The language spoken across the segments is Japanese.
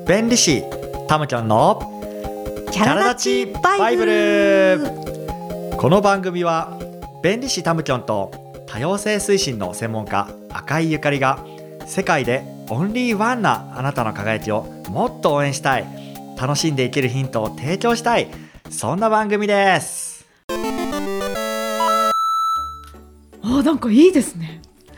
弁理士たむちゃんのキャラ立ちバイブル。この番組は弁理士たむちゃんと多様性推進の専門家赤井ゆかりが世界でオンリーワンなあなたの輝きをもっと応援したい、楽しんで生きるヒントを提供したい、そんな番組です。 なんかいいですね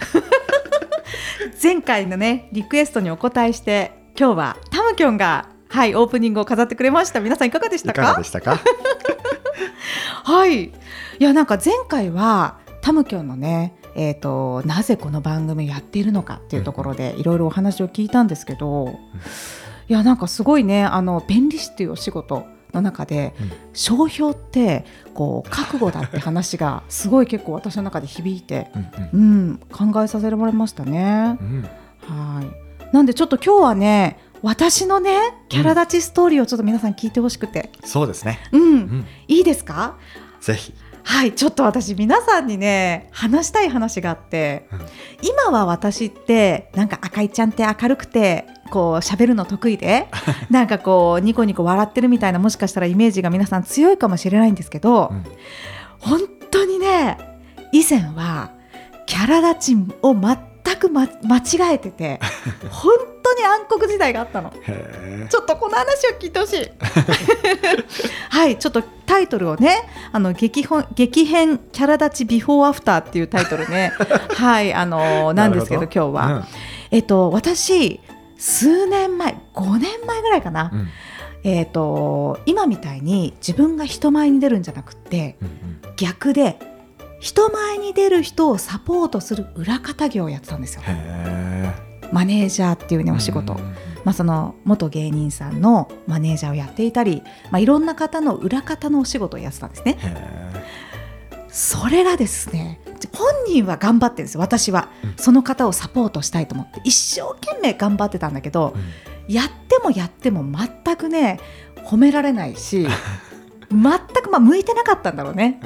前回のねリクエストにお答えして今日はたむきょんがオープニングを飾ってくれました。皆さんいかがでしたか？ いかがでしたか？ はい、いやなんか前回はたむきょんのね、なぜこの番組やっているのかっていうところでいろいろお話を聞いたんですけど、いやなんかすごいね、弁理士っていうお仕事の中で、商標ってこう覚悟だって話がすごい結構私の中で響いて、考えさせられましたね。はいなんでちょっと今日はね私のねキャラ立ちストーリーをちょっと皆さん聞いてほしくて、 そうですね、 いいですか？ ぜひ。 はい、ちょっと私皆さんにね話したい話があって、今は私ってなんか赤井ちゃんって明るくてこう喋るの得意でなんかこうニコニコ笑ってるみたいな、もしかしたらイメージが皆さん強いかもしれないんですけど、本当にね以前はキャラ立ちを全く、間違えてて本当に暗黒時代があったの。ちょっとこの話を聞いてほしいはいちょっとタイトルをね激変キャラ立ちビフォーアフターっていうタイトルねはいなんですけど今日は、私数年前5年前ぐらいかな、今みたいに自分が人前に出るんじゃなくて、逆で人前に出る人をサポートする裏方業をやってたんですよ。マネージャーっていうねお仕事、その元芸人さんのマネージャーをやっていたり、いろんな方の裏方のお仕事をやってたんですね。それがですね、本人は頑張ってるんですよ。私はその方をサポートしたいと思って一生懸命頑張ってたんだけど、やっても全くね褒められないし全く向いてなかったんだろうね。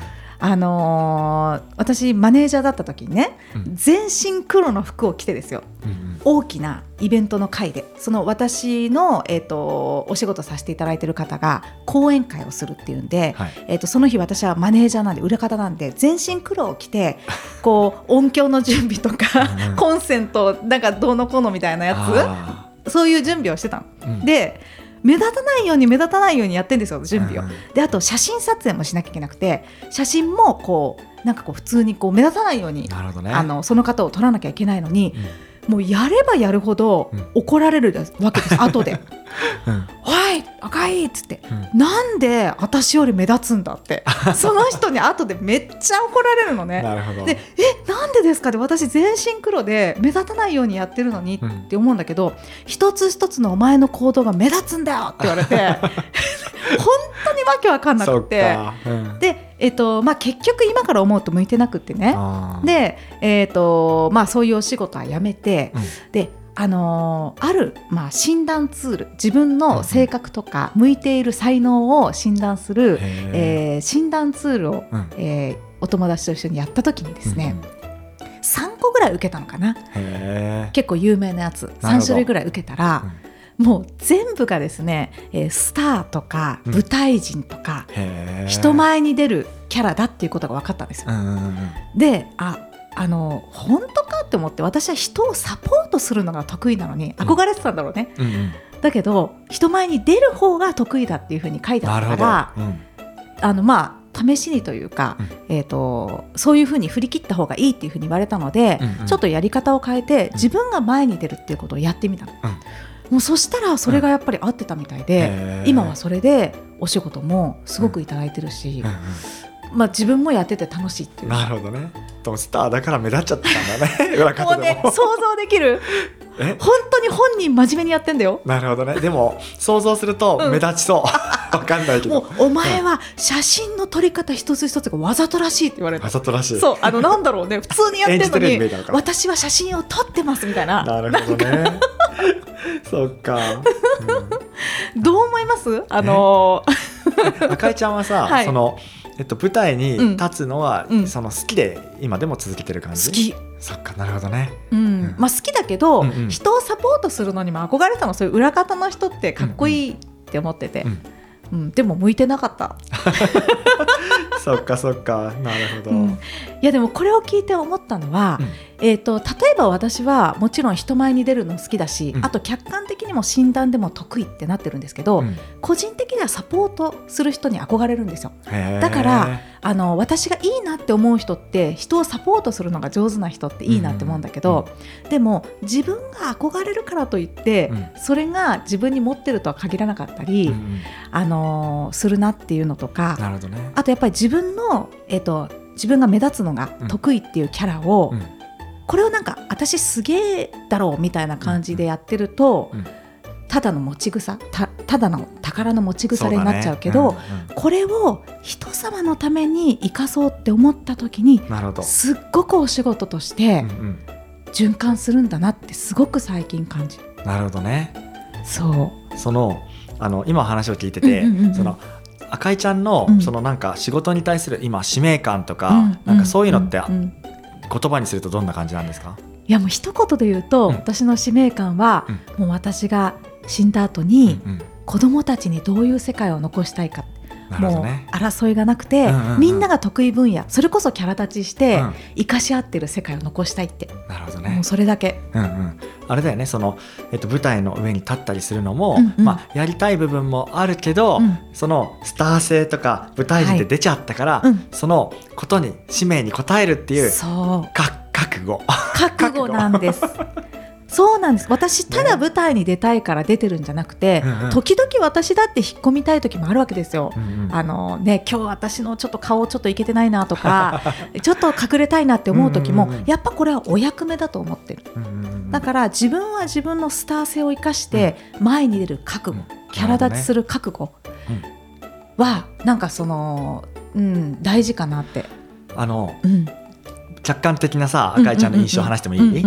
私マネージャーだった時にね、全身黒の服を着てですよ、大きなイベントの会でその私の、お仕事させていただいている方が講演会をするっていうんで、その日私はマネージャーなんで裏方なんで全身黒を着てこう音響の準備とかコンセントなんかどうのこうのみたいなやつ、そういう準備をしてたの、で目立たないようにやってるんですよ準備を。であと写真撮影もしなきゃいけなくて、写真もこうなんかこう普通にこう目立たないように、その方を撮らなきゃいけないのに、もうやればやるほど怒られるわけです後でおい赤いっつって、なんで私より目立つんだってその人に後でめっちゃ怒られるのね。 なるほど。 でなんでですかで、私全身黒で目立たないようにやってるのにって思うんだけど、一つ一つのお前の行動が目立つんだよって言われて本当にわけわかんなくて、で結局今から思うと向いてなくってね。でそういうお仕事はやめて、である、診断ツール、自分の性格とか向いている才能を診断する、診断ツールを、お友達と一緒にやった時にですね、3個ぐらい受けたのかな。結構有名なやつ3種類ぐらい受けたら、もう全部がですね、スターとか舞台人とか、人前に出るキャラだっていうことが分かったんですよ。で本当かって思って、私は人をサポートするのが得意なのに憧れてたんだろうね、だけど人前に出る方が得意だっていうふうに書いてあったから、試しにというか、そういうふうに振り切った方がいいっていうふうに言われたので、ちょっとやり方を変えて自分が前に出るっていうことをやってみたの。もうそしたらそれがやっぱり合ってたみたいで、今はそれでお仕事もすごくいただいてるし、自分もやってて楽しいっていう。 なるほどね。でもスターだから目立っちゃったんだね裏方でももうね想像できる本当に本人真面目にやってんだよ。 なるほどね。でも想像すると目立ちそうわかんないけど、 もうお前は写真の撮り方一つ一つがわざとらしいって言われた。 わざとらしい。 そうなんだろうね普通にやってるのに私は写真を撮ってますみたいな。 なるほどねそっか、 どう思います？ 赤井ちゃんはさ、その舞台に立つのは、その好きで今でも続けてる感じ？ 好き。 そっか、なるほどね。 好きだだけど、 うんうん、 人をサポートするのにも憧れたの。そういう裏方の人ってかっこいいって思ってて、 うんうん、でも向いてなかったそっかそっか、なるほど、 いやでもこれを聞いて思ったのは、例えば私はもちろん人前に出るの好きだし、あと客観的にも診断でも得意ってなってるんですけど、個人的にはサポートする人に憧れるんですよ。だから私がいいなって思う人って人をサポートするのが上手な人っていいなって思うんだけど、でも自分が憧れるからといって、それが自分に持ってるとは限らなかったり、するなっていうのとか、 なるほどね、 あとやっぱり自分が目立つのが得意っていうキャラを、これをなんか私すげえだろうみたいな感じでやってると、ただの持ち腐ただの宝の持ち腐れになっちゃうけど、これを人様のために生かそうって思った時に、すっごくお仕事として循環するんだなってすごく最近感じる。 なるほどね。今話を聞いてて、その赤井ちゃんの、そのなんか仕事に対する今使命感とか、なんかそういうのって、言葉にするとどんな感じなんですか？ いやもう一言で言うと、私の使命感は、もう私が死んだ後に、子供たちにどういう世界を残したいか、もう争いがなくて、みんなが得意分野、それこそキャラ立ちして生かし合ってる世界を残したいって。 なるほどね。 もうそれだけ。 あれだよね、その、舞台の上に立ったりするのも、やりたい部分もあるけど、そのスター性とか舞台人で出ちゃったから、そのことに使命に応えるっていう覚悟なんですそうなんです。私ただ舞台に出たいから出てるんじゃなくて、時々私だって引っ込みたい時もあるわけですよ。今日私のちょっと顔ちょっといけてないなとかちょっと隠れたいなって思う時も、やっぱこれはお役目だと思ってる。だから自分は自分のスター性を生かして前に出る覚悟、キャラ立ちする覚悟はなんか大事かなって。 客観的なさ、赤井ちゃんの印象を話してもいい？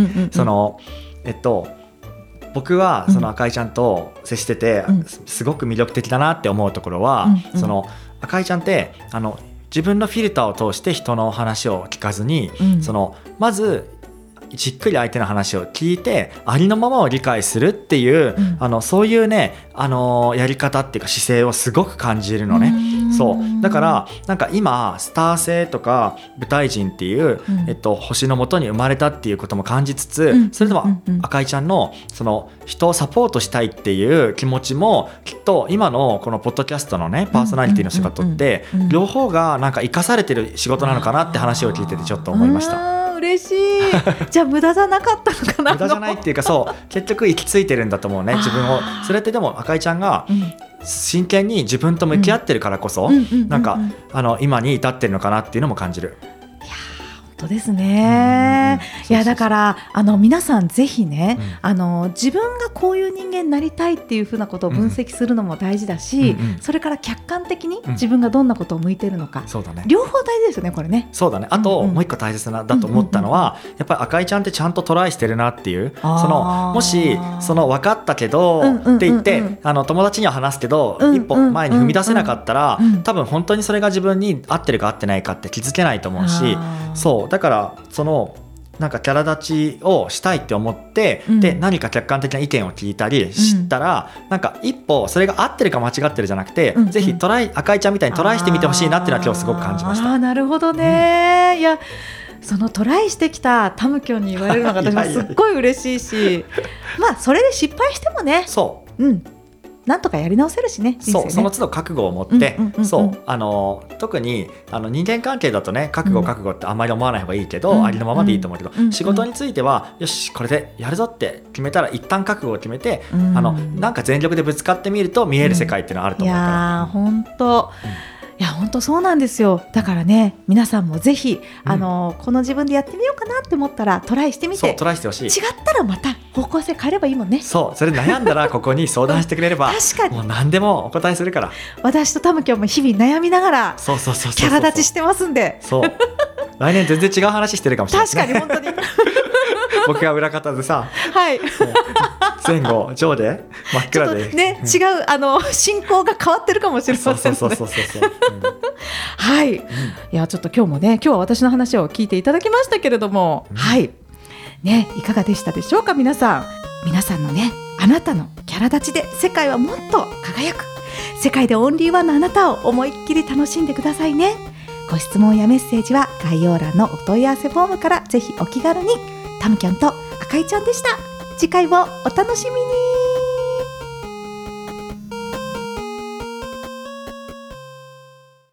僕はその赤井ちゃんと接してて、すごく魅力的だなって思うところは、その赤井ちゃんって自分のフィルターを通して人の話を聞かずに、まずじっくり相手の話を聞いてありのままを理解するっていう、そういうね、やり方っていうか姿勢をすごく感じるのね。そうだからなんか今スター性とか舞台人っていう、星の下に生まれたっていうことも感じつつ、それでも赤井ちゃんのその人をサポートしたいっていう気持ちもきっと今のこのポッドキャストのねパーソナリティの仕事って両方がなんか生かされてる仕事なのかなって話を聞いててちょっと思いました。 嬉しい。じゃあ無駄じゃなかったのかな。 無駄じゃないっていうか、そう結局行き着いてるんだと思うね、自分を。それってでも赤井ちゃんが真剣に自分と向き合ってるからこそ、なんか今に至ってるのかなっていうのも感じる。 本当ですね。いやだから皆さんぜひね、自分がこういう人間になりたいっていうふうなことを分析するのも大事だし、それから客観的に自分がどんなことを向いてるのか、両方大事ですよね、これね。そうだね。あともう一個大切だと思ったのは、やっぱり赤井ちゃんってちゃんとトライしてるなっていう、もし分かったけどって言って友達には話すけど一歩前に踏み出せなかったら、多分本当にそれが自分に合ってるか合ってないかって気づけないと思うし、そうだからなんかキャラ立ちをしたいって思って、で何か客観的な意見を聞いたりしたら、なんか一歩それが合ってるか間違ってるじゃなくて、ぜひ赤井ちゃんみたいにトライしてみてほしいなっていうのは今日すごく感じました。 なるほどね。いやそのトライしてきたタムキョンに言われるのが私もすっごい嬉しいしそれで失敗してもね、なんとかやり直せるしね、人生ね。その都度覚悟を持って、特に人間関係だとね、覚悟ってあんまり思わない方がいいけど、ありのままでいいと思うけど、仕事についてはよしこれでやるぞって決めたら一旦覚悟を決めて、なんか全力でぶつかってみると見える世界っていうのはあると思うから。いや本当、 いや本当そうなんですよ。だからね、皆さんもぜひこの自分でやってみようかなって思ったらトライしてみて、 トライしてほしい。 違ったらまた方向性変えればいいもんね。 それ悩んだらここに相談してくれれば確かにもう何でもお答えするから。 私とタムキョンも日々悩みながらキャラ立ちしてますんで、 来年全然違う話してるかもしれない、 確かに本当に僕が裏方でさ、前後上で真っ暗でね、違う進行が変わってるかもしれませんね。はい。いやちょっと今日は私の話を聞いていただきましたけれども、 ね、いかがでしたでしょうか。皆さんのね、あなたのキャラ立ちで世界はもっと輝く、世界でオンリーワンのあなたを思いっきり楽しんでくださいね。ご質問やメッセージは概要欄のお問い合わせフォームからぜひお気軽に。タムキョンと赤いちゃんでした。次回もお楽しみに。